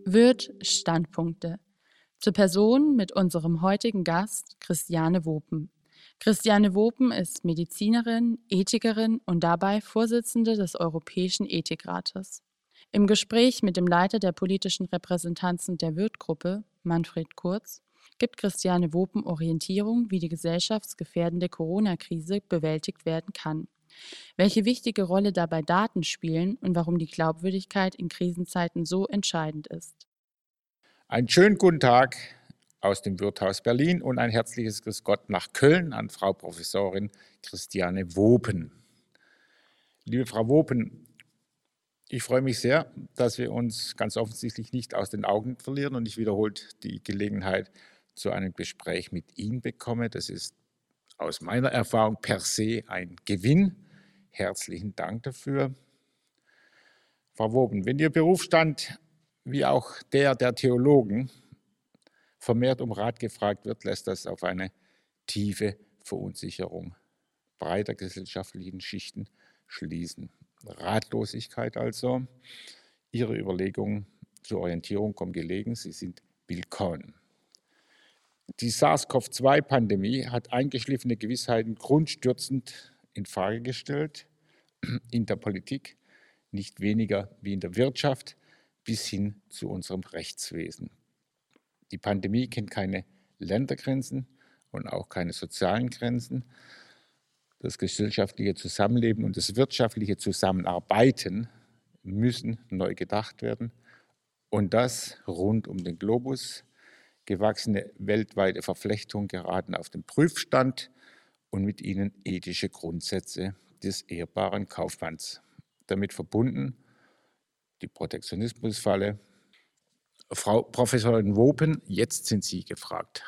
Würth Standpunkte. Zur Person mit unserem heutigen Gast Christiane Wopen. Christiane Wopen ist Medizinerin, Ethikerin und dabei Vorsitzende des Europäischen Ethikrates. Im Gespräch mit dem Leiter der politischen Repräsentanzen der Würth-Gruppe, Manfred Kurz, gibt Christiane Wopen Orientierung, wie die gesellschaftsgefährdende Corona-Krise bewältigt werden kann, welche wichtige Rolle dabei Daten spielen und warum die Glaubwürdigkeit in Krisenzeiten so entscheidend ist. Einen schönen guten Tag aus dem Würth-Haus Berlin und ein herzliches Grüß Gott nach Köln an Frau Professorin Christiane Wopen. Liebe Frau Wopen, ich freue mich sehr, dass wir uns ganz offensichtlich nicht aus den Augen verlieren und ich wiederholt die Gelegenheit zu einem Gespräch mit Ihnen bekomme. Das ist aus meiner Erfahrung per se ein Gewinn. Herzlichen Dank dafür. Frau Wopen, wenn Ihr Berufsstand wie auch der Theologen vermehrt um Rat gefragt wird, lässt das auf eine tiefe Verunsicherung breiter gesellschaftlichen Schichten schließen. Ratlosigkeit also. Ihre Überlegungen zur Orientierung kommen gelegen, sie sind willkommen. Die SARS-CoV-2-Pandemie hat eingeschliffene Gewissheiten grundstürzend in Frage gestellt, in der Politik, nicht weniger wie in der Wirtschaft, bis hin zu unserem Rechtswesen. Die Pandemie kennt keine Ländergrenzen und auch keine sozialen Grenzen. Das gesellschaftliche Zusammenleben und das wirtschaftliche Zusammenarbeiten müssen neu gedacht werden. Und das rund um den Globus. Gewachsene weltweite Verflechtungen geraten auf den Prüfstand und mit ihnen ethische Grundsätze des ehrbaren Kaufmanns. Damit verbunden die Protektionismusfalle. Frau Professorin Wopen, jetzt sind Sie gefragt.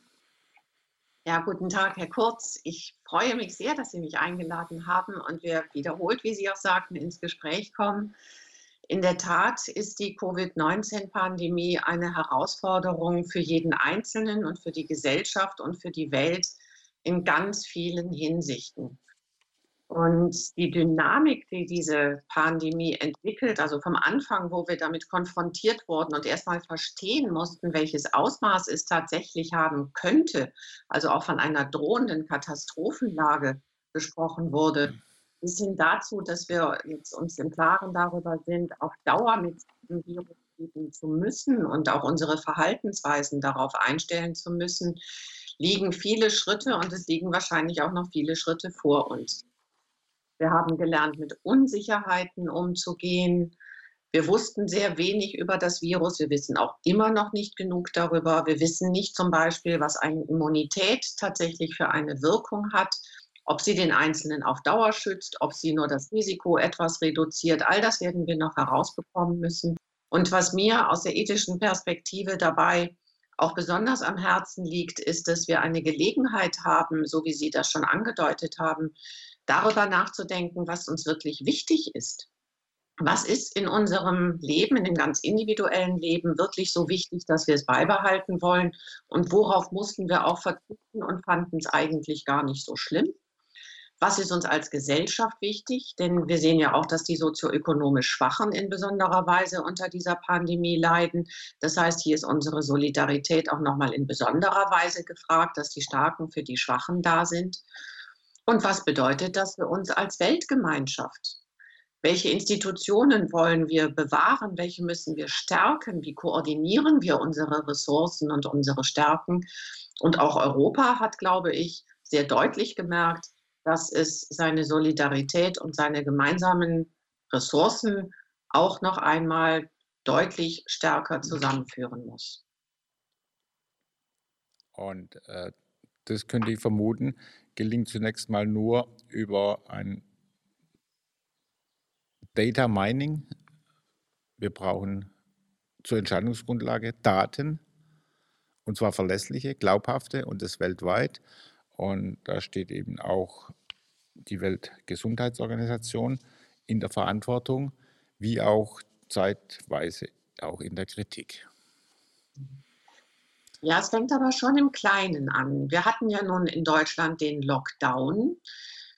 Ja, guten Tag, Herr Kurz. Ich freue mich sehr, dass Sie mich eingeladen haben und wir wiederholt, wie Sie auch sagten, ins Gespräch kommen. In der Tat ist die Covid-19-Pandemie eine Herausforderung für jeden Einzelnen und für die Gesellschaft und für die Welt in ganz vielen Hinsichten. Und die Dynamik, die diese Pandemie entwickelt, also vom Anfang, wo wir damit konfrontiert wurden und erstmal verstehen mussten, welches Ausmaß es tatsächlich haben könnte, also auch von einer drohenden Katastrophenlage gesprochen wurde, bis hin dazu, dass wir jetzt uns im Klaren darüber sind, auf Dauer mit diesem Virus leben zu müssen und auch unsere Verhaltensweisen darauf einstellen zu müssen, liegen viele Schritte und es liegen wahrscheinlich auch noch viele Schritte vor uns. Wir haben gelernt, mit Unsicherheiten umzugehen. Wir wussten sehr wenig über das Virus. Wir wissen auch immer noch nicht genug darüber. Wir wissen nicht zum Beispiel, was eine Immunität tatsächlich für eine Wirkung hat, ob sie den Einzelnen auf Dauer schützt, ob sie nur das Risiko etwas reduziert. All das werden wir noch herausbekommen müssen. Und was mir aus der ethischen Perspektive dabei auch besonders am Herzen liegt, ist, dass wir eine Gelegenheit haben, so wie Sie das schon angedeutet haben, darüber nachzudenken, was uns wirklich wichtig ist. Was ist in unserem Leben, in dem ganz individuellen Leben wirklich so wichtig, dass wir es beibehalten wollen? Und worauf mussten wir auch verzichten und fanden es eigentlich gar nicht so schlimm? Was ist uns als Gesellschaft wichtig? Denn wir sehen ja auch, dass die sozioökonomisch Schwachen in besonderer Weise unter dieser Pandemie leiden. Das heißt, hier ist unsere Solidarität auch nochmal in besonderer Weise gefragt, dass die Starken für die Schwachen da sind. Und was bedeutet das für uns als Weltgemeinschaft? Welche Institutionen wollen wir bewahren? Welche müssen wir stärken? Wie koordinieren wir unsere Ressourcen und unsere Stärken? Und auch Europa hat, glaube ich, sehr deutlich gemerkt, dass es seine Solidarität und seine gemeinsamen Ressourcen auch noch einmal deutlich stärker zusammenführen muss. Und das könnte ich vermuten, gelingt zunächst mal nur über ein Data Mining. Wir brauchen zur Entscheidungsgrundlage Daten, und zwar verlässliche, glaubhafte und das weltweit. Und da steht eben auch die Weltgesundheitsorganisation in der Verantwortung, wie auch zeitweise auch in der Kritik. Ja, es fängt aber schon im Kleinen an. Wir hatten ja nun in Deutschland den Lockdown.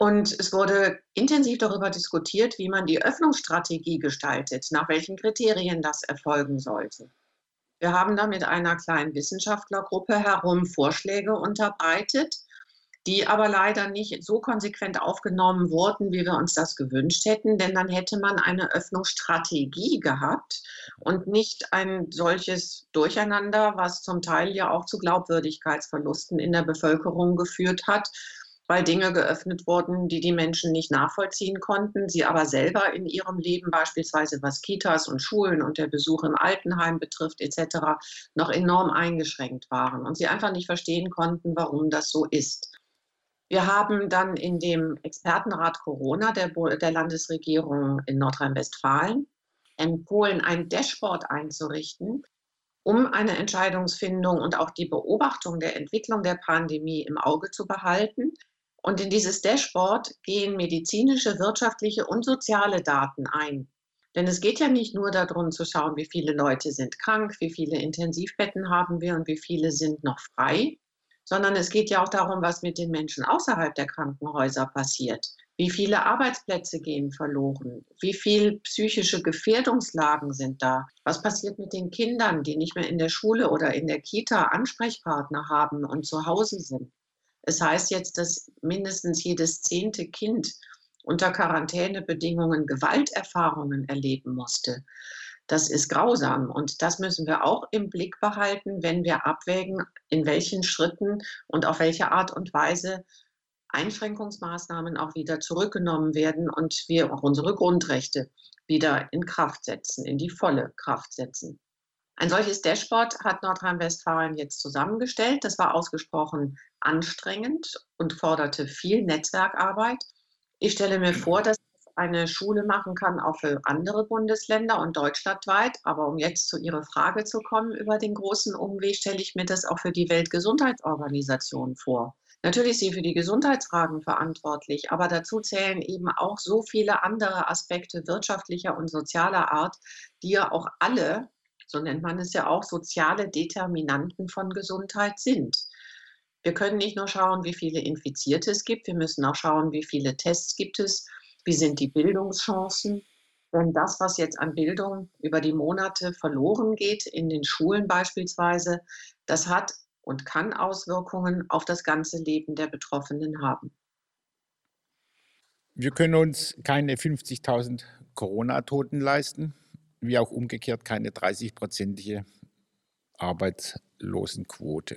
Und es wurde intensiv darüber diskutiert, wie man die Öffnungsstrategie gestaltet, nach welchen Kriterien das erfolgen sollte. Wir haben da mit einer kleinen Wissenschaftlergruppe herum Vorschläge unterbreitet, die aber leider nicht so konsequent aufgenommen wurden, wie wir uns das gewünscht hätten, denn dann hätte man eine Öffnungsstrategie gehabt und nicht ein solches Durcheinander, was zum Teil ja auch zu Glaubwürdigkeitsverlusten in der Bevölkerung geführt hat, weil Dinge geöffnet wurden, die die Menschen nicht nachvollziehen konnten, sie aber selber in ihrem Leben, beispielsweise was Kitas und Schulen und der Besuch im Altenheim betrifft etc., noch enorm eingeschränkt waren und sie einfach nicht verstehen konnten, warum das so ist. Wir haben dann in dem Expertenrat Corona der Landesregierung in Nordrhein-Westfalen empfohlen, ein Dashboard einzurichten, um eine Entscheidungsfindung und auch die Beobachtung der Entwicklung der Pandemie im Auge zu behalten. Und in dieses Dashboard gehen medizinische, wirtschaftliche und soziale Daten ein. Denn es geht ja nicht nur darum zu schauen, wie viele Leute sind krank, wie viele Intensivbetten haben wir und wie viele sind noch frei, sondern es geht ja auch darum, was mit den Menschen außerhalb der Krankenhäuser passiert. Wie viele Arbeitsplätze gehen verloren? Wie viele psychische Gefährdungslagen sind da? Was passiert mit den Kindern, die nicht mehr in der Schule oder in der Kita Ansprechpartner haben und zu Hause sind? Es heißt jetzt, dass mindestens jedes 10. Kind unter Quarantänebedingungen Gewalterfahrungen erleben musste. Das ist grausam und das müssen wir auch im Blick behalten, wenn wir abwägen, in welchen Schritten und auf welche Art und Weise Einschränkungsmaßnahmen auch wieder zurückgenommen werden und wir auch unsere Grundrechte wieder in Kraft setzen, in die volle Kraft setzen. Ein solches Dashboard hat Nordrhein-Westfalen jetzt zusammengestellt. Das war ausgesprochen anstrengend und forderte viel Netzwerkarbeit. Ich stelle mir vor, dass das eine Schule machen kann, auch für andere Bundesländer und deutschlandweit. Aber um jetzt zu Ihrer Frage zu kommen über den großen Umweg, stelle ich mir das auch für die Weltgesundheitsorganisation vor. Natürlich ist sie für die Gesundheitsfragen verantwortlich, aber dazu zählen eben auch so viele andere Aspekte wirtschaftlicher und sozialer Art, die ja auch alle, so nennt man es ja auch, soziale Determinanten von Gesundheit sind. Wir können nicht nur schauen, wie viele Infizierte es gibt, wir müssen auch schauen, wie viele Tests gibt es, wie sind die Bildungschancen. Denn das, was jetzt an Bildung über die Monate verloren geht, in den Schulen beispielsweise, das hat und kann Auswirkungen auf das ganze Leben der Betroffenen haben. Wir können uns keine 50.000 Corona-Toten leisten, wie auch umgekehrt keine 30-prozentige Arbeitslosenquote.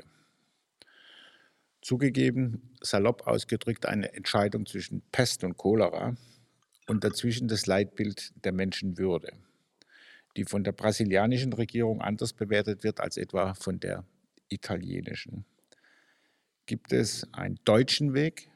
Zugegeben, salopp ausgedrückt, eine Entscheidung zwischen Pest und Cholera und dazwischen das Leitbild der Menschenwürde, die von der brasilianischen Regierung anders bewertet wird als etwa von der italienischen. Gibt es einen deutschen Weg,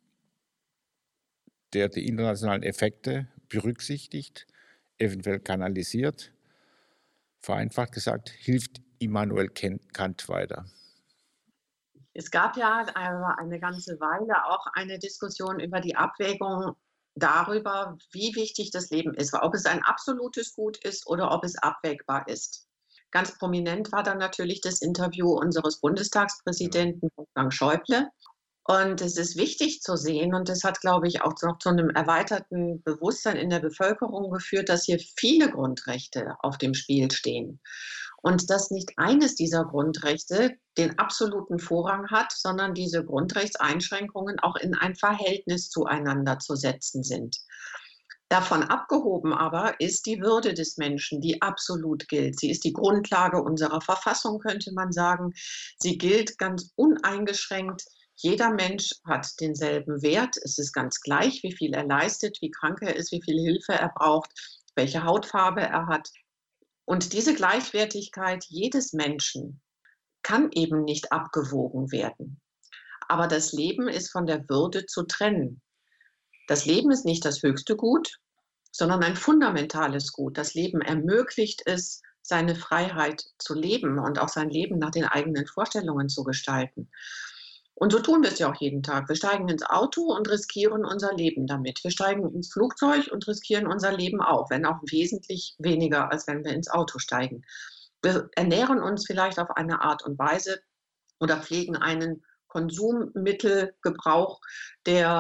der die internationalen Effekte berücksichtigt, eventuell kanalisiert? Vereinfacht gesagt, hilft Immanuel Kant weiter? Es gab ja eine ganze Weile auch eine Diskussion über die Abwägung darüber, wie wichtig das Leben ist, ob es ein absolutes Gut ist oder ob es abwägbar ist. Ganz prominent war dann natürlich das Interview unseres Bundestagspräsidenten Wolfgang Schäuble. Und es ist wichtig zu sehen, und das hat, glaube ich, auch noch zu einem erweiterten Bewusstsein in der Bevölkerung geführt, dass hier viele Grundrechte auf dem Spiel stehen. Und dass nicht eines dieser Grundrechte den absoluten Vorrang hat, sondern diese Grundrechtseinschränkungen auch in ein Verhältnis zueinander zu setzen sind. Davon abgehoben aber ist die Würde des Menschen, die absolut gilt. Sie ist die Grundlage unserer Verfassung, könnte man sagen. Sie gilt ganz uneingeschränkt. Jeder Mensch hat denselben Wert. Es ist ganz gleich, wie viel er leistet, wie krank er ist, wie viel Hilfe er braucht, welche Hautfarbe er hat. Und diese Gleichwertigkeit jedes Menschen kann eben nicht abgewogen werden. Aber das Leben ist von der Würde zu trennen. Das Leben ist nicht das höchste Gut, sondern ein fundamentales Gut. Das Leben ermöglicht es, seine Freiheit zu leben und auch sein Leben nach den eigenen Vorstellungen zu gestalten. Und so tun wir es ja auch jeden Tag. Wir steigen ins Auto und riskieren unser Leben damit. Wir steigen ins Flugzeug und riskieren unser Leben auch, wenn auch wesentlich weniger, als wenn wir ins Auto steigen. Wir ernähren uns vielleicht auf eine Art und Weise oder pflegen einen Konsummittelgebrauch, der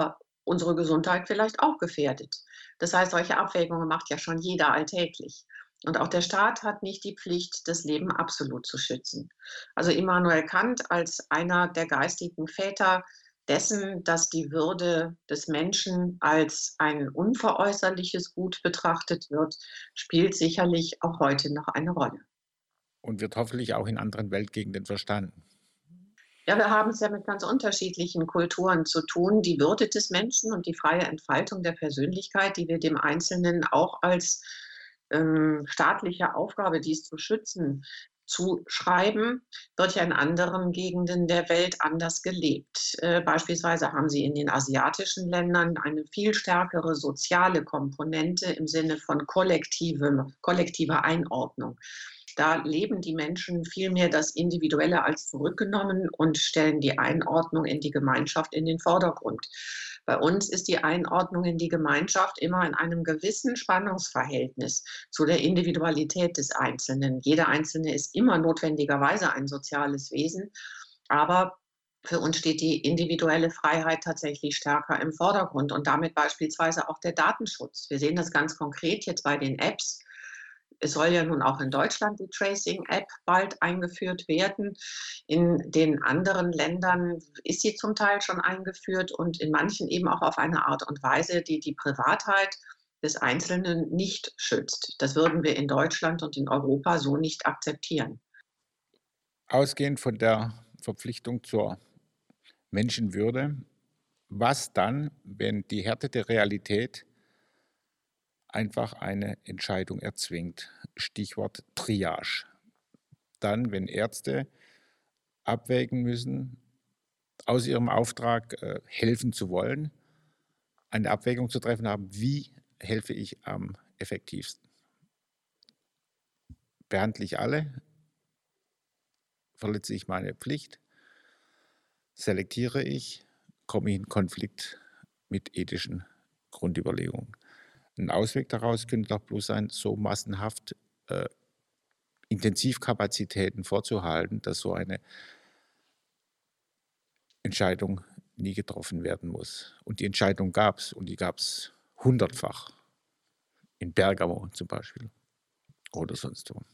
unsere Gesundheit vielleicht auch gefährdet. Das heißt, solche Abwägungen macht ja schon jeder alltäglich. Und auch der Staat hat nicht die Pflicht, das Leben absolut zu schützen. Also Immanuel Kant als einer der geistigen Väter dessen, dass die Würde des Menschen als ein unveräußerliches Gut betrachtet wird, spielt sicherlich auch heute noch eine Rolle. Und wird hoffentlich auch in anderen Weltgegenden verstanden. Ja, wir haben es ja mit ganz unterschiedlichen Kulturen zu tun. Die Würde des Menschen und die freie Entfaltung der Persönlichkeit, die wir dem Einzelnen auch als staatliche Aufgabe, dies zu schützen, zuschreiben, wird ja in anderen Gegenden der Welt anders gelebt. Beispielsweise haben sie in den asiatischen Ländern eine viel stärkere soziale Komponente im Sinne von kollektiver Einordnung. Da leben die Menschen vielmehr das Individuelle als zurückgenommen und stellen die Einordnung in die Gemeinschaft in den Vordergrund. Bei uns ist die Einordnung in die Gemeinschaft immer in einem gewissen Spannungsverhältnis zu der Individualität des Einzelnen. Jeder Einzelne ist immer notwendigerweise ein soziales Wesen, aber für uns steht die individuelle Freiheit tatsächlich stärker im Vordergrund und damit beispielsweise auch der Datenschutz. Wir sehen das ganz konkret jetzt bei den Apps. Es soll ja nun auch in Deutschland die Tracing-App bald eingeführt werden. In den anderen Ländern ist sie zum Teil schon eingeführt und in manchen eben auch auf eine Art und Weise, die die Privatheit des Einzelnen nicht schützt. Das würden wir in Deutschland und in Europa so nicht akzeptieren. Ausgehend von der Verpflichtung zur Menschenwürde, was dann, wenn die Härte der Realität einfach eine Entscheidung erzwingt? Stichwort Triage. Dann, wenn Ärzte abwägen müssen, aus ihrem Auftrag helfen zu wollen, eine Abwägung zu treffen haben, wie helfe ich am effektivsten? Behandle ich alle? Verletze ich meine Pflicht? Selektiere ich? Komme ich in Konflikt mit ethischen Grundüberlegungen? Ein Ausweg daraus könnte doch bloß sein, so massenhaft Intensivkapazitäten vorzuhalten, dass so eine Entscheidung nie getroffen werden muss. Und die Entscheidung gab es, und die gab es hundertfach. In Bergamo zum Beispiel oder sonst wo.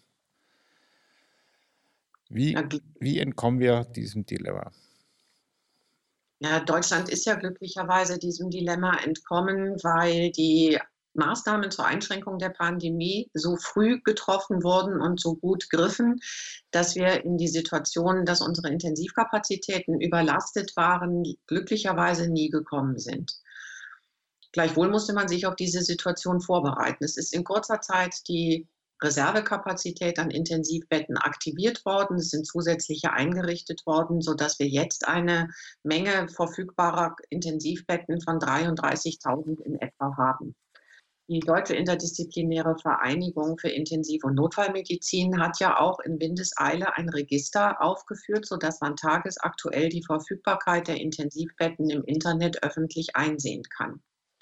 Wie entkommen wir diesem Dilemma? Ja, Deutschland ist ja glücklicherweise diesem Dilemma entkommen, weil die Maßnahmen zur Einschränkung der Pandemie so früh getroffen wurden und so gut griffen, dass wir in die Situation, dass unsere Intensivkapazitäten überlastet waren, glücklicherweise nie gekommen sind. Gleichwohl musste man sich auf diese Situation vorbereiten. Es ist in kurzer Zeit die Reservekapazität an Intensivbetten aktiviert worden. Es sind zusätzliche eingerichtet worden, sodass wir jetzt eine Menge verfügbarer Intensivbetten von 33.000 in etwa haben. Die Deutsche Interdisziplinäre Vereinigung für Intensiv- und Notfallmedizin hat ja auch in Windeseile ein Register aufgeführt, sodass man tagesaktuell die Verfügbarkeit der Intensivbetten im Internet öffentlich einsehen kann.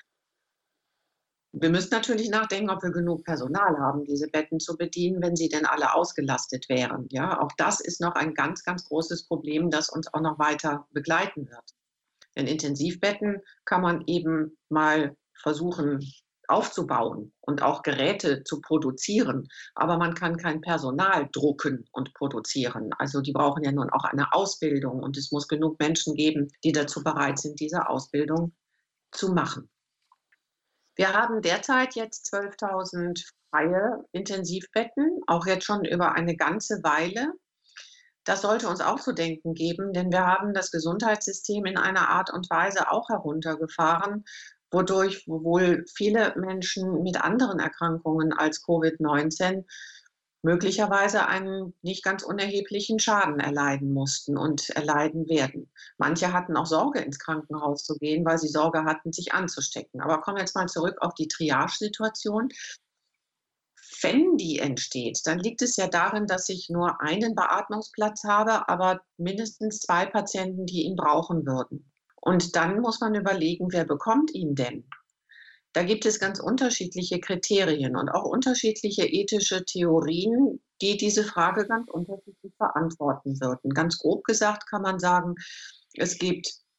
Wir müssen natürlich nachdenken, ob wir genug Personal haben, diese Betten zu bedienen, wenn sie denn alle ausgelastet wären. Ja, auch das ist noch ein ganz, ganz großes Problem, das uns auch noch weiter begleiten wird. Denn Intensivbetten kann man eben mal versuchen aufzubauen und auch Geräte zu produzieren, aber man kann kein Personal drucken und produzieren. Also die brauchen ja nun auch eine Ausbildung und es muss genug Menschen geben, die dazu bereit sind, diese Ausbildung zu machen. Wir haben derzeit jetzt 12.000 freie Intensivbetten, auch jetzt schon über eine ganze Weile. Das sollte uns auch zu denken geben, denn wir haben das Gesundheitssystem in einer Art und Weise auch heruntergefahren, wodurch wohl viele Menschen mit anderen Erkrankungen als Covid-19 möglicherweise einen nicht ganz unerheblichen Schaden erleiden mussten und erleiden werden. Manche hatten auch Sorge, ins Krankenhaus zu gehen, weil sie Sorge hatten, sich anzustecken. Aber kommen wir jetzt mal zurück auf die Triage-Situation. Wenn die entsteht, dann liegt es ja darin, dass ich nur einen Beatmungsplatz habe, aber mindestens 2 Patienten, die ihn brauchen würden. Und dann muss man überlegen, wer bekommt ihn denn? Da gibt es ganz unterschiedliche Kriterien und auch unterschiedliche ethische Theorien, die diese Frage ganz unterschiedlich beantworten würden. Ganz grob gesagt kann man sagen, es gibt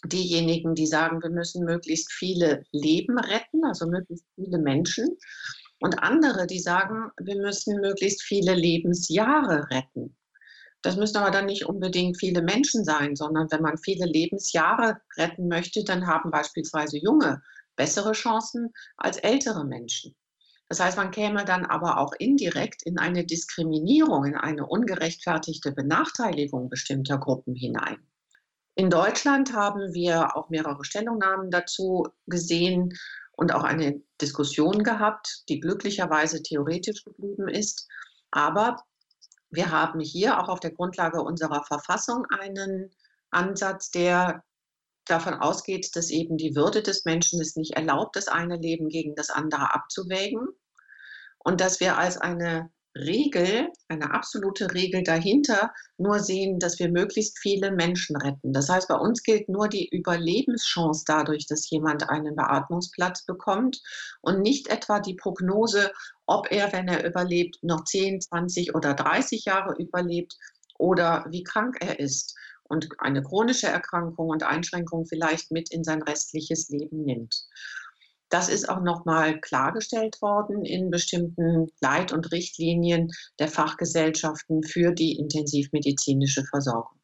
diejenigen, die sagen, wir müssen möglichst viele Leben retten, also möglichst viele Menschen. Und andere, die sagen, wir müssen möglichst viele Lebensjahre retten. Das müssen aber dann nicht unbedingt viele Menschen sein, sondern wenn man viele Lebensjahre retten möchte, dann haben beispielsweise Junge bessere Chancen als ältere Menschen. Das heißt, man käme dann aber auch indirekt in eine Diskriminierung, in eine ungerechtfertigte Benachteiligung bestimmter Gruppen hinein. In Deutschland haben wir auch mehrere Stellungnahmen dazu gesehen und auch eine Diskussion gehabt, die glücklicherweise theoretisch geblieben ist. Aber wir haben hier auch auf der Grundlage unserer Verfassung einen Ansatz, der davon ausgeht, dass eben die Würde des Menschen es nicht erlaubt, das eine Leben gegen das andere abzuwägen und dass wir als eine Regel, eine absolute Regel dahinter nur sehen, dass wir möglichst viele Menschen retten. Das heißt, bei uns gilt nur die Überlebenschance dadurch, dass jemand einen Beatmungsplatz bekommt und nicht etwa die Prognose, ob er, wenn er überlebt, noch 10, 20 oder 30 Jahre überlebt oder wie krank er ist und eine chronische Erkrankung und Einschränkung vielleicht mit in sein restliches Leben nimmt. Das ist auch noch mal klargestellt worden in bestimmten Leit- und Richtlinien der Fachgesellschaften für die intensivmedizinische Versorgung.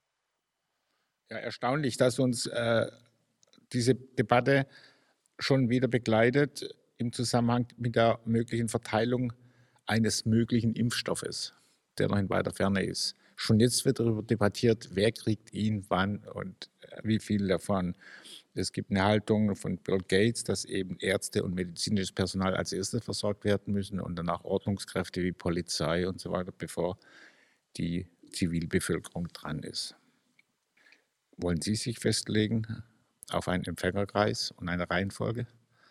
Ja, erstaunlich, dass uns diese Debatte schon wieder begleitet im Zusammenhang mit der möglichen Verteilung eines möglichen Impfstoffes, der noch in weiter Ferne ist. Schon jetzt wird darüber debattiert, wer kriegt ihn, wann und wie viel davon. Es gibt eine Haltung von Bill Gates, dass eben Ärzte und medizinisches Personal als erstes versorgt werden müssen und danach Ordnungskräfte wie Polizei und so weiter, bevor die Zivilbevölkerung dran ist. Wollen Sie sich festlegen auf einen Empfängerkreis und eine Reihenfolge?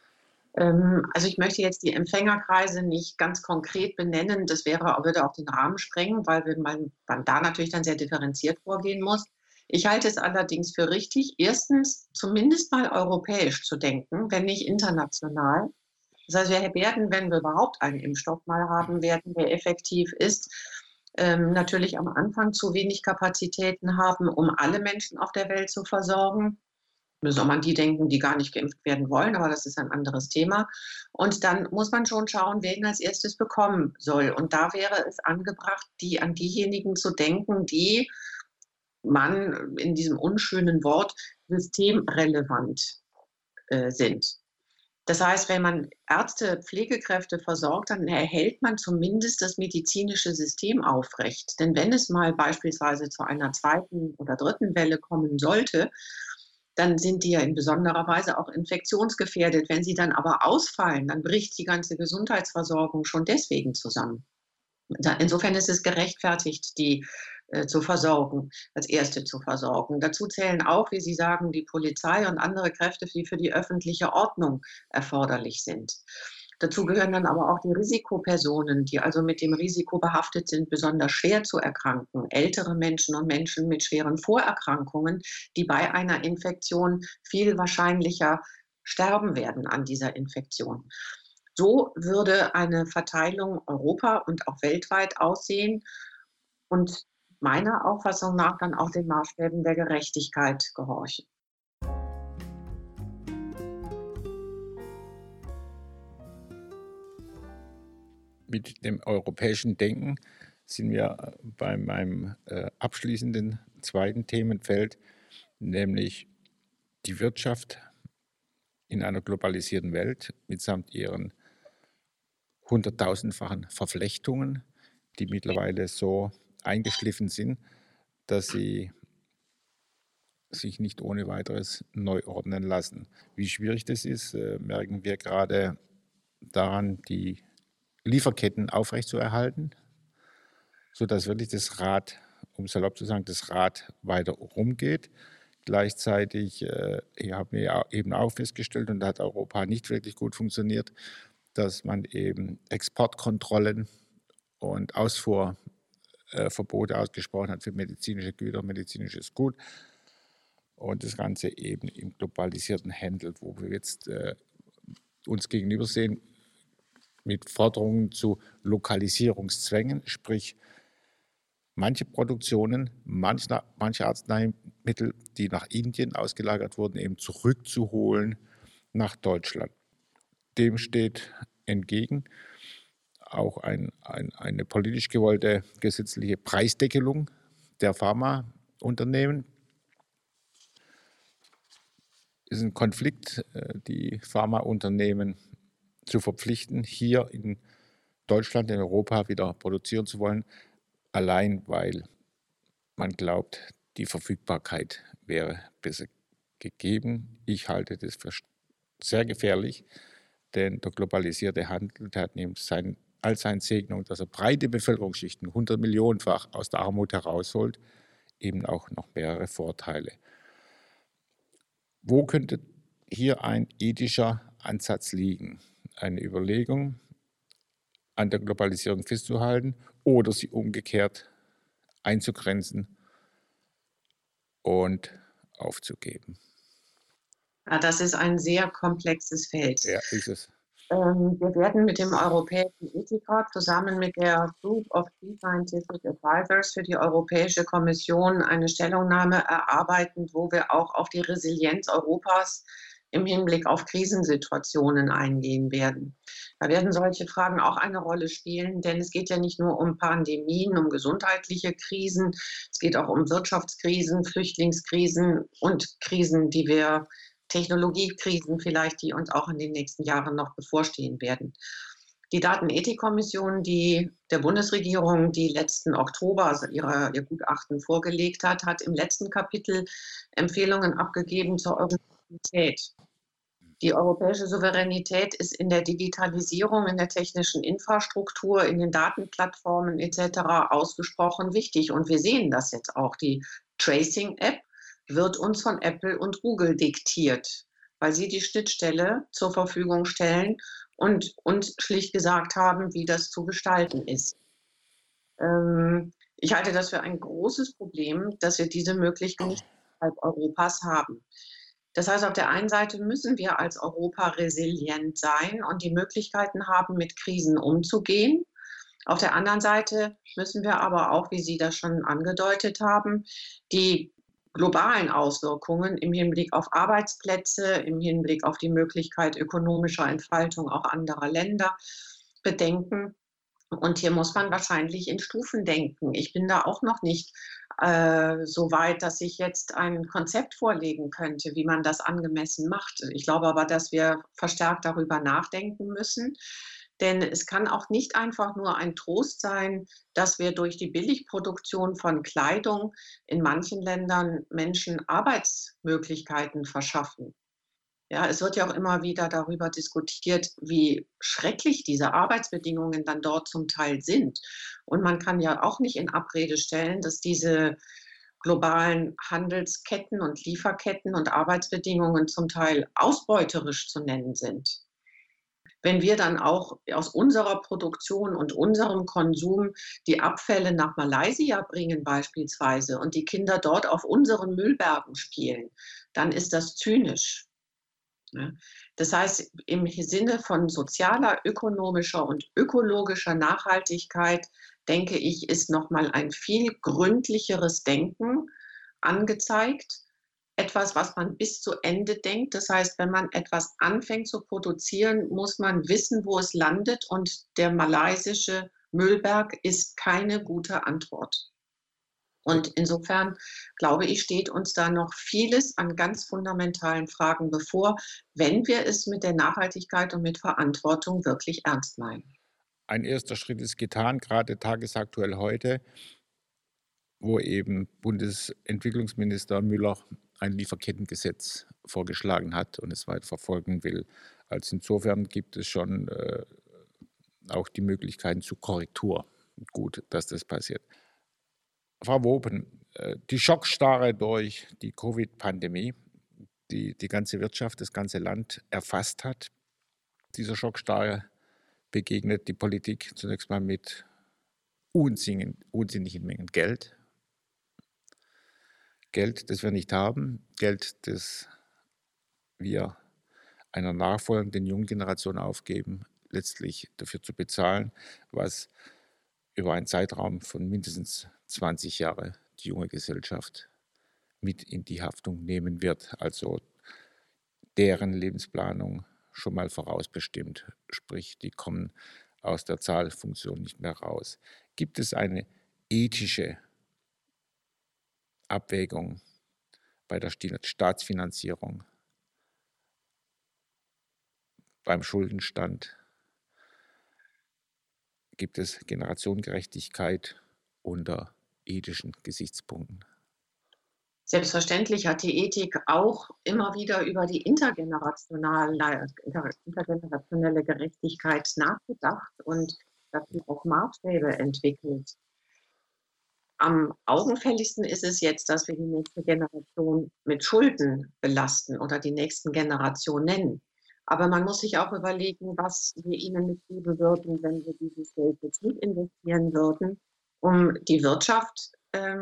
Also ich möchte jetzt die Empfängerkreise nicht ganz konkret benennen. Das würde auch den Rahmen sprengen, weil man da natürlich dann sehr differenziert vorgehen muss. Ich halte es allerdings für richtig, erstens zumindest mal europäisch zu denken, wenn nicht international. Das heißt, wir werden, wenn wir überhaupt einen Impfstoff mal haben werden, der effektiv ist, natürlich am Anfang zu wenig Kapazitäten haben, um alle Menschen auf der Welt zu versorgen. Müssen auch mal an die denken, die gar nicht geimpft werden wollen, aber das ist ein anderes Thema. Und dann muss man schon schauen, wer ihn als erstes bekommen soll. Und da wäre es angebracht, an diejenigen zu denken, die man in diesem unschönen Wort systemrelevant sind. Das heißt, wenn man Ärzte, Pflegekräfte versorgt, dann erhält man zumindest das medizinische System aufrecht. Denn wenn es mal beispielsweise zu einer zweiten oder dritten Welle kommen sollte, dann sind die ja in besonderer Weise auch infektionsgefährdet. Wenn sie dann aber ausfallen, dann bricht die ganze Gesundheitsversorgung schon deswegen zusammen. Insofern ist es gerechtfertigt, die zu versorgen, als erste zu versorgen. Dazu zählen auch, wie Sie sagen, die Polizei und andere Kräfte, die für die öffentliche Ordnung erforderlich sind. Dazu gehören dann aber auch die Risikopersonen, die also mit dem Risiko behaftet sind, besonders schwer zu erkranken. Ältere Menschen und Menschen mit schweren Vorerkrankungen, die bei einer Infektion viel wahrscheinlicher sterben werden an dieser Infektion. So würde eine Verteilung Europa und auch weltweit aussehen und meiner Auffassung nach dann auch den Maßstäben der Gerechtigkeit gehorchen. Mit dem europäischen Denken sind wir bei meinem abschließenden zweiten Themenfeld, nämlich die Wirtschaft in einer globalisierten Welt mitsamt ihren 100.000-fachen Verflechtungen, die mittlerweile so eingeschliffen sind, dass sie sich nicht ohne weiteres neu ordnen lassen. Wie schwierig das ist, merken wir gerade daran, die Lieferketten aufrechtzuerhalten, sodass wirklich das Rad, um salopp zu sagen, das Rad weiter rumgeht. Gleichzeitig haben wir eben auch festgestellt, und da hat Europa nicht wirklich gut funktioniert, dass man eben Exportkontrollen und Ausfuhrverbote ausgesprochen hat für medizinische Güter, medizinisches Gut. Und das Ganze eben im globalisierten Handel, wo wir jetzt uns gegenüber sehen mit Forderungen zu Lokalisierungszwängen, sprich manche Produktionen, manche Arzneimittel Arzneimittel, die nach Indien ausgelagert wurden, eben zurückzuholen nach Deutschland. Dem steht entgegen auch eine politisch gewollte gesetzliche Preisdeckelung der Pharmaunternehmen. Es ist ein Konflikt, die Pharmaunternehmen zu verpflichten, hier in Deutschland, in Europa wieder produzieren zu wollen, allein weil man glaubt, die Verfügbarkeit wäre besser gegeben. Ich halte das für sehr gefährlich, denn der globalisierte Handel, der hat neben all seinen Segnungen, dass er breite Bevölkerungsschichten 100 Millionenfach aus der Armut herausholt, eben auch noch mehrere Vorteile. Wo könnte hier ein ethischer Ansatz liegen? Eine Überlegung, an der Globalisierung festzuhalten oder sie umgekehrt einzugrenzen und aufzugeben. Ja, das ist ein sehr komplexes Feld. Ja, ist es. Wir werden mit dem Europäischen Ethikrat zusammen mit der Group of Key Scientific Advisors für die Europäische Kommission eine Stellungnahme erarbeiten, wo wir auch auf die Resilienz Europas im Hinblick auf Krisensituationen eingehen werden. Da werden solche Fragen auch eine Rolle spielen, denn es geht ja nicht nur um Pandemien, um gesundheitliche Krisen, es geht auch um Wirtschaftskrisen, Flüchtlingskrisen und Krisen, Technologiekrisen vielleicht, die uns auch in den nächsten Jahren noch bevorstehen werden. Die Datenethikkommission, die der Bundesregierung, die letzten Oktober also ihr Gutachten vorgelegt hat, hat im letzten Kapitel Empfehlungen abgegeben zur Souveränität. Die europäische Souveränität ist in der Digitalisierung, in der technischen Infrastruktur, in den Datenplattformen etc. ausgesprochen wichtig. Und wir sehen das jetzt auch. Die Tracing-App wird uns von Apple und Google diktiert, weil sie die Schnittstelle zur Verfügung stellen und uns schlicht gesagt haben, wie das zu gestalten ist. Ich halte das für ein großes Problem, dass wir diese Möglichkeit nicht innerhalb Europas haben. Das heißt, auf der einen Seite müssen wir als Europa resilient sein und die Möglichkeiten haben, mit Krisen umzugehen. Auf der anderen Seite müssen wir aber auch, wie Sie das schon angedeutet haben, die globalen Auswirkungen im Hinblick auf Arbeitsplätze, im Hinblick auf die Möglichkeit ökonomischer Entfaltung auch anderer Länder bedenken. Und hier muss man wahrscheinlich in Stufen denken. Ich bin da auch noch nicht so weit, dass ich jetzt ein Konzept vorlegen könnte, wie man das angemessen macht. Ich glaube aber, dass wir verstärkt darüber nachdenken müssen. Denn es kann auch nicht einfach nur ein Trost sein, dass wir durch die Billigproduktion von Kleidung in manchen Ländern Menschen Arbeitsmöglichkeiten verschaffen. Ja, es wird ja auch immer wieder darüber diskutiert, wie schrecklich diese Arbeitsbedingungen dann dort zum Teil sind. Und man kann ja auch nicht in Abrede stellen, dass diese globalen Handelsketten und Lieferketten und Arbeitsbedingungen zum Teil ausbeuterisch zu nennen sind. Wenn wir dann auch aus unserer Produktion und unserem Konsum die Abfälle nach Malaysia bringen beispielsweise und die Kinder dort auf unseren Müllbergen spielen, dann ist das zynisch. Das heißt, im Sinne von sozialer, ökonomischer und ökologischer Nachhaltigkeit, denke ich, ist nochmal ein viel gründlicheres Denken angezeigt. Etwas, was man bis zu Ende denkt. Das heißt, wenn man etwas anfängt zu produzieren, muss man wissen, wo es landet. Und der malaysische Müllberg ist keine gute Antwort. Und insofern, glaube ich, steht uns da noch vieles an ganz fundamentalen Fragen bevor, wenn wir es mit der Nachhaltigkeit und mit Verantwortung wirklich ernst meinen. Ein erster Schritt ist getan, gerade tagesaktuell heute, wo eben Bundesentwicklungsminister Müller ein Lieferkettengesetz vorgeschlagen hat und es weiter verfolgen will. Also insofern gibt es schon auch die Möglichkeiten zur Korrektur. Gut, dass das passiert. Frau Wopen, die Schockstarre durch die Covid-Pandemie, die die ganze Wirtschaft, das ganze Land erfasst hat, dieser Schockstarre begegnet die Politik zunächst mal mit unsinnigen Mengen Geld. Geld, das wir nicht haben, Geld, das wir einer nachfolgenden jungen Generation aufgeben, letztlich dafür zu bezahlen, was über einen Zeitraum von mindestens 20 Jahren die junge Gesellschaft mit in die Haftung nehmen wird, also deren Lebensplanung schon mal vorausbestimmt, sprich, die kommen aus der Zahlfunktion nicht mehr raus. Gibt es eine ethische Abwägung bei der Staatsfinanzierung, beim Schuldenstand? Gibt es Generationengerechtigkeit unter ethischen Gesichtspunkten? Selbstverständlich hat die Ethik auch immer wieder über die intergenerationelle Gerechtigkeit nachgedacht und dafür auch Maßstäbe entwickelt. Am augenfälligsten ist es jetzt, dass wir die nächste Generation mit Schulden belasten oder die nächsten Generationen. Aber man muss sich auch überlegen, was wir ihnen mitgeben würden, wenn wir dieses Geld jetzt nicht investieren würden, um die Wirtschaft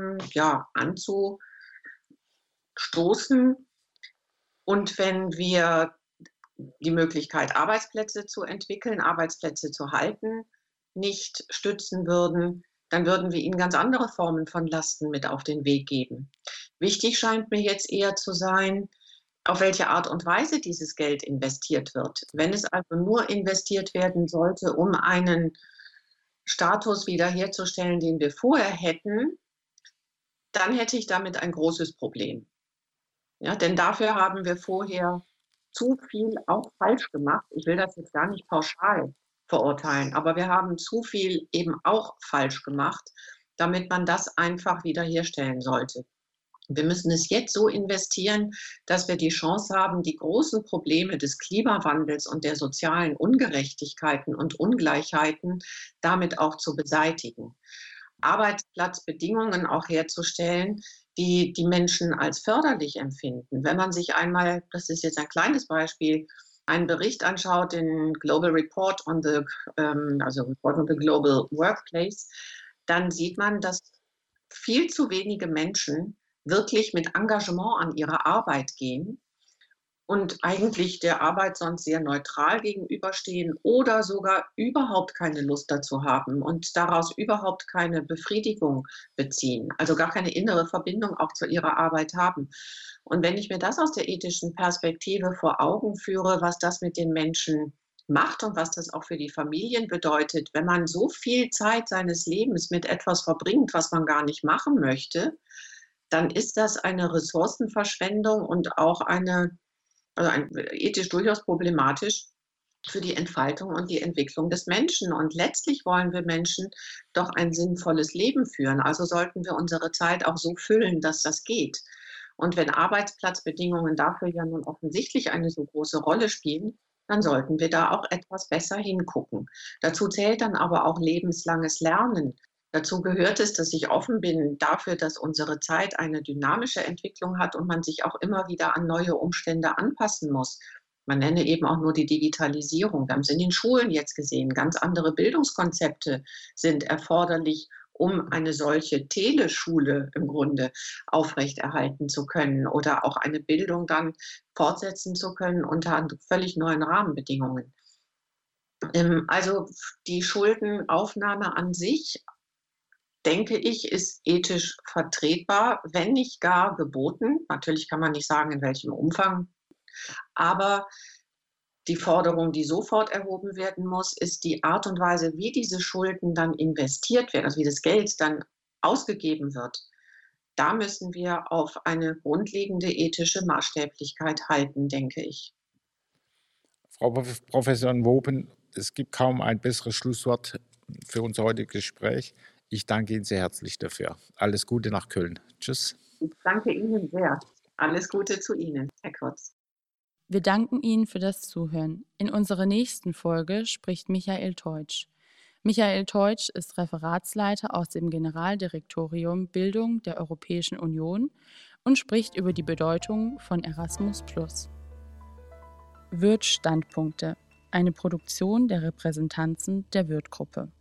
anzustoßen. Und wenn wir die Möglichkeit, Arbeitsplätze zu entwickeln, Arbeitsplätze zu halten, nicht stützen würden, dann würden wir ihnen ganz andere Formen von Lasten mit auf den Weg geben. Wichtig scheint mir jetzt eher zu sein, auf welche Art und Weise dieses Geld investiert wird. Wenn es also nur investiert werden sollte, um einen Status wiederherzustellen, den wir vorher hätten, dann hätte ich damit ein großes Problem. Ja, denn dafür haben wir vorher zu viel auch falsch gemacht. Ich will das jetzt gar nicht pauschal verurteilen, aber wir haben zu viel eben auch falsch gemacht, damit man das einfach wiederherstellen sollte. Wir müssen es jetzt so investieren, dass wir die Chance haben, die großen Probleme des Klimawandels und der sozialen Ungerechtigkeiten und Ungleichheiten damit auch zu beseitigen. Arbeitsplatzbedingungen auch herzustellen, die die Menschen als förderlich empfinden. Wenn man sich einmal, das ist jetzt ein kleines Beispiel, einen Bericht anschaut, den Global Report on the, Report on the Global Workplace, dann sieht man, dass viel zu wenige Menschen wirklich mit Engagement an ihre Arbeit gehen und eigentlich der Arbeit sonst sehr neutral gegenüberstehen oder sogar überhaupt keine Lust dazu haben und daraus überhaupt keine Befriedigung beziehen, also gar keine innere Verbindung auch zu ihrer Arbeit haben. Und wenn ich mir das aus der ethischen Perspektive vor Augen führe, was das mit den Menschen macht und was das auch für die Familien bedeutet, wenn man so viel Zeit seines Lebens mit etwas verbringt, was man gar nicht machen möchte, dann ist das eine Ressourcenverschwendung und auch ethisch durchaus problematisch für die Entfaltung und die Entwicklung des Menschen. Und letztlich wollen wir Menschen doch ein sinnvolles Leben führen. Also sollten wir unsere Zeit auch so füllen, dass das geht. Und wenn Arbeitsplatzbedingungen dafür ja nun offensichtlich eine so große Rolle spielen, dann sollten wir da auch etwas besser hingucken. Dazu zählt dann aber auch lebenslanges Lernen. Dazu gehört es, dass ich offen bin dafür, dass unsere Zeit eine dynamische Entwicklung hat und man sich auch immer wieder an neue Umstände anpassen muss. Man nenne eben auch nur die Digitalisierung. Wir haben es in den Schulen jetzt gesehen. Ganz andere Bildungskonzepte sind erforderlich, um eine solche Teleschule im Grunde aufrechterhalten zu können oder auch eine Bildung dann fortsetzen zu können unter völlig neuen Rahmenbedingungen. Also die Schuldenaufnahme an sich, denke ich, ist ethisch vertretbar, wenn nicht gar geboten. Natürlich kann man nicht sagen, in welchem Umfang, aber die Forderung, die sofort erhoben werden muss, ist die Art und Weise, wie diese Schulden dann investiert werden, also wie das Geld dann ausgegeben wird. Da müssen wir auf eine grundlegende ethische Maßstäblichkeit halten, denke ich. Frau Professorin Wopen, es gibt kaum ein besseres Schlusswort für unser heutiges Gespräch. Ich danke Ihnen sehr herzlich dafür. Alles Gute nach Köln. Tschüss. Ich danke Ihnen sehr. Alles Gute zu Ihnen, Herr Kurz. Wir danken Ihnen für das Zuhören. In unserer nächsten Folge spricht Michael Teutsch. Michael Teutsch ist Referatsleiter aus dem Generaldirektorium Bildung der Europäischen Union und spricht über die Bedeutung von Erasmus+. Würth Standpunkte, eine Produktion der Repräsentanzen der Würth-Gruppe.